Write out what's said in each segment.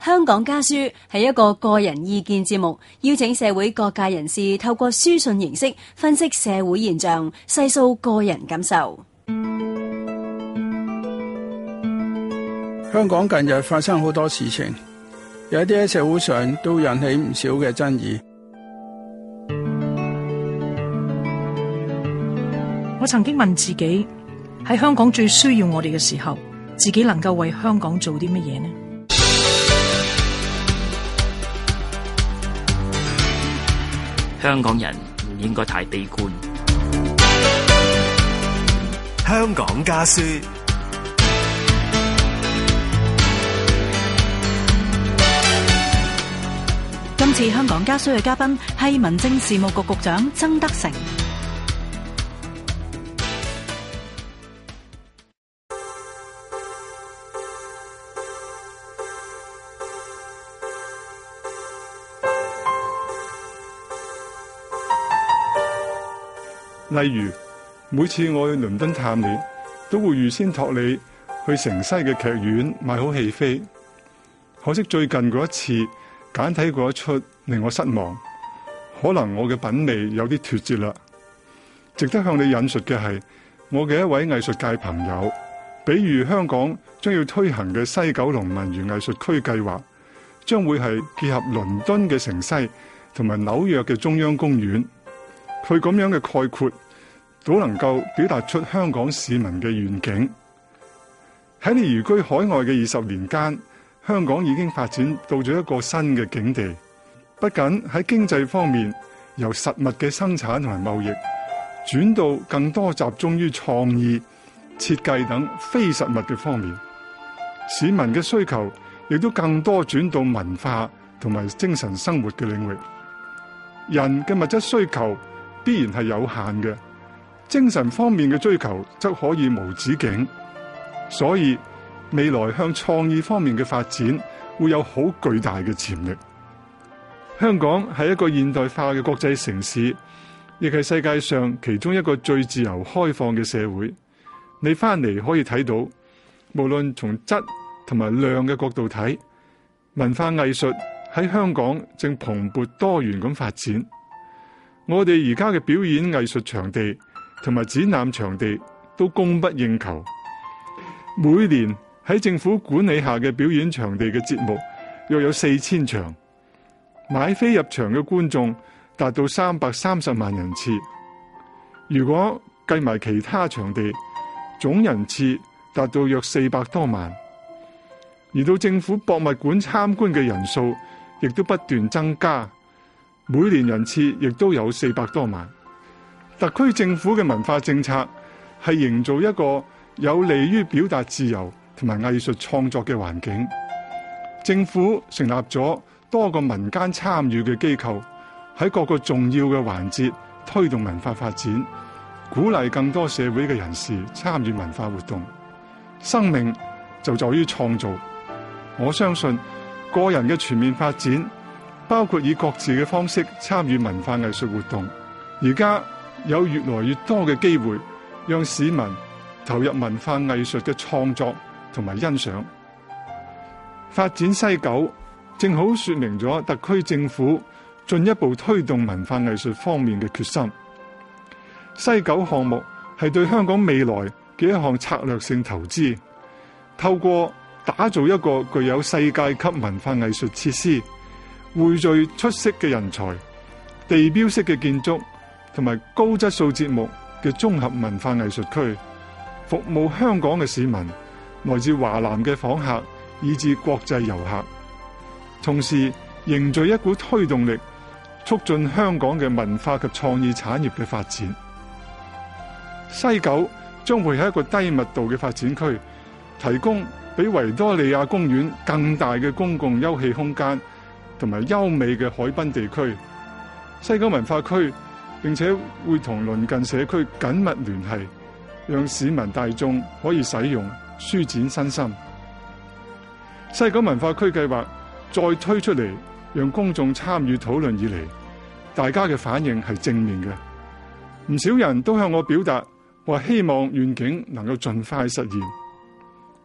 香港家書係一個個人意見節目，邀請社會各界人士透過書信形式分析社會現象，細數個人感受。 香港近日發生好多事情，有一啲喺社會上都引起唔少嘅爭議。 我曾經問自己，喺香港最需要我哋嘅時候，自己能夠為香港做啲乜嘢呢？ 香港人唔應該太悲觀。 香港家書。 今次香港家書嘅嘉賓係民政事務局局長曾德成。 例如，每次我去倫敦探你，都會預先託你去城西嘅劇院買好戲飛。可惜最近嗰一次簡體嗰一出令我失望，可能我嘅品味有啲脫節啦。值得向你引述嘅係我嘅一位藝術界朋友，比喻香港將要推行嘅西九龍文娛藝術區計劃，將會係結合倫敦嘅城西同埋紐約嘅中央公園。佢咁樣嘅概括，都能夠表達出香港市民嘅願景。喺你移居海外嘅20年間，香港已經發展到咗一個新嘅境地。不僅喺經濟方面，由實物嘅生產同埋貿易，轉到更多集中於創意、設計等非實物嘅方面。市民嘅需求亦都更多轉到文化同埋精神生活嘅領域。人嘅物質需求必然係有限嘅，精神方面嘅追求則可以無止境。所以未來向創意方面嘅發展會有好巨大嘅潛力。香港係一個現代化嘅國際城市，亦係世界上其中一個最自由開放嘅社會。你翻嚟可以睇到，無論從質同埋量嘅角度睇，文化藝術喺香港正蓬勃多元咁發展。我哋而家嘅表演藝術場地同埋展覽場地都供不應求。每年喺政府管理下嘅表演場地嘅節目約有4000場，買飛入場嘅觀眾達到330萬人次。如果計埋其他場地，總人次達到約400多萬。而到政府博物館參觀嘅人數亦都不斷增加，每年人次亦都有400多萬。特區政府嘅文化政策係營造一個有利於表達自由同埋藝術創作嘅環境。政府成立咗多個民間參與嘅機構，喺各個重要嘅環節推動文化發展，鼓勵更多社會嘅人士參與文化活動。生命就在於創造。我相信個人嘅全面發展，包括以各自嘅方式參與文化藝術活動。而家有越來越多嘅機會，讓市民投入文化藝術嘅創作同埋欣賞。發展西九正好說明咗特區政府進一步推動文化藝術方面嘅決心。西九項目係對香港未來嘅一項策略性投資，透過打造一個具有世界級文化藝術設施、匯聚出色嘅人才、地標式嘅建築同埋高質素節目嘅綜合文化藝術區，服務香港嘅市民、來自華南嘅訪客以至國際遊客，同時凝聚一股推動力，促進香港嘅文化及創意產業嘅發展。西九將會係一個低密度嘅發展區，提供比維多利亞公園更大嘅公共休憩空間同埋優美嘅海濱地區。西九文化區並且會同鄰近社區緊密聯繫，讓市民大眾可以使用，舒展身心。西九文化區計劃再推出嚟，讓公眾參與討論以嚟，大家嘅反應係正面嘅。唔少人都向我表達話，希望願景能夠盡快實現。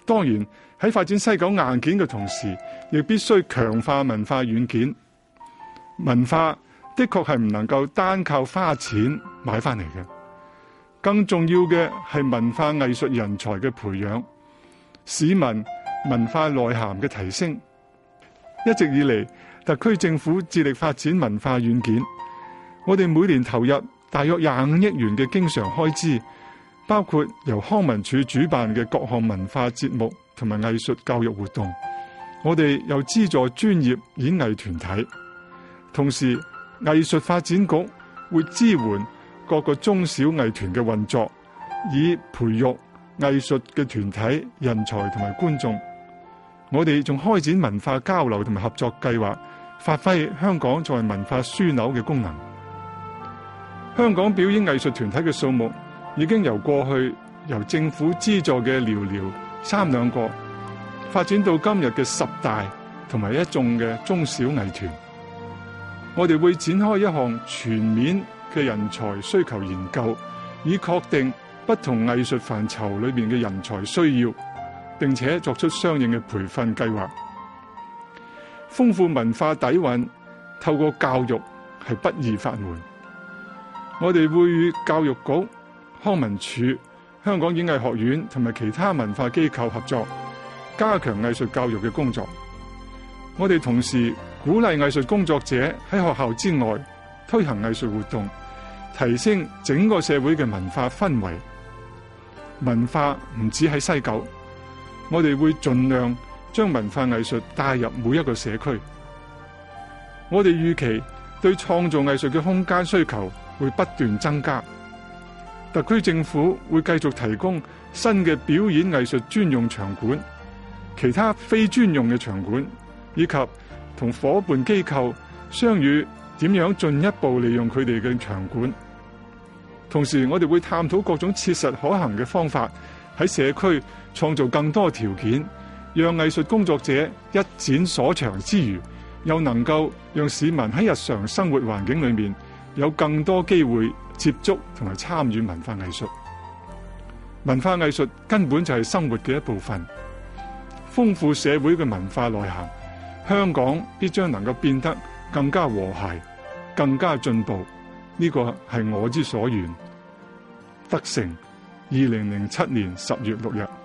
當然喺發展西九硬件嘅同時，亦必須強化文化軟件。文化的確係唔能夠單靠花錢買翻嚟嘅，更重要嘅係文化藝術人才嘅培養，市民文化內涵嘅提升。一直以嚟，特區政府致力發展文化軟件，我哋每年投入大約25億元嘅經常開支，包括由康文署主辦嘅各項文化節目同埋藝術教育活動。我哋又資助專業演藝團體，同時藝術發展局會支援各個中小藝團嘅運作，以培育藝術嘅團體人才同埋觀眾。我哋仲開展文化交流同埋合作計劃，發揮香港作為文化樞紐嘅功能。香港表演藝術團體嘅數目已經由過去由政府資助嘅寥寥3-2個，發展到今日嘅10大同埋一眾嘅中小藝團。我哋會展開一項全面嘅人才需求研究，以確定不同藝術範疇裏面嘅人才需要，並且作出相應嘅培訓計劃。豐富文化底蘊，透過教育係不二法門。我哋會與教育局、康文署、香港演藝學院同埋其他文化機構合作，加強藝術教育嘅工作。我哋同時鼓勵藝術工作者喺學校之外推行藝術活動，提升整個社會嘅文化氛圍。文化唔止喺西九，我哋會盡量將文化藝術帶入每一個社區。我哋預期對創造藝術嘅空間需求會不斷增加，特區政府會繼續提供新嘅表演藝術專用場館、其他非專用嘅場館，以及同夥伴機構商議點樣進一步利用佢哋嘅場館。同時，我哋會探討各種切實可行嘅方法，喺社區創造更多條件，讓藝術工作者一展所長之餘，又能夠讓市民喺日常生活環境裏面有更多機會接觸同埋參與文化藝術。文化藝術根本就係生活嘅一部分，豐富社會嘅文化內涵，香港必將能夠變得更加和諧、更加進步。呢個係我之所願。德成，2007年10月6日。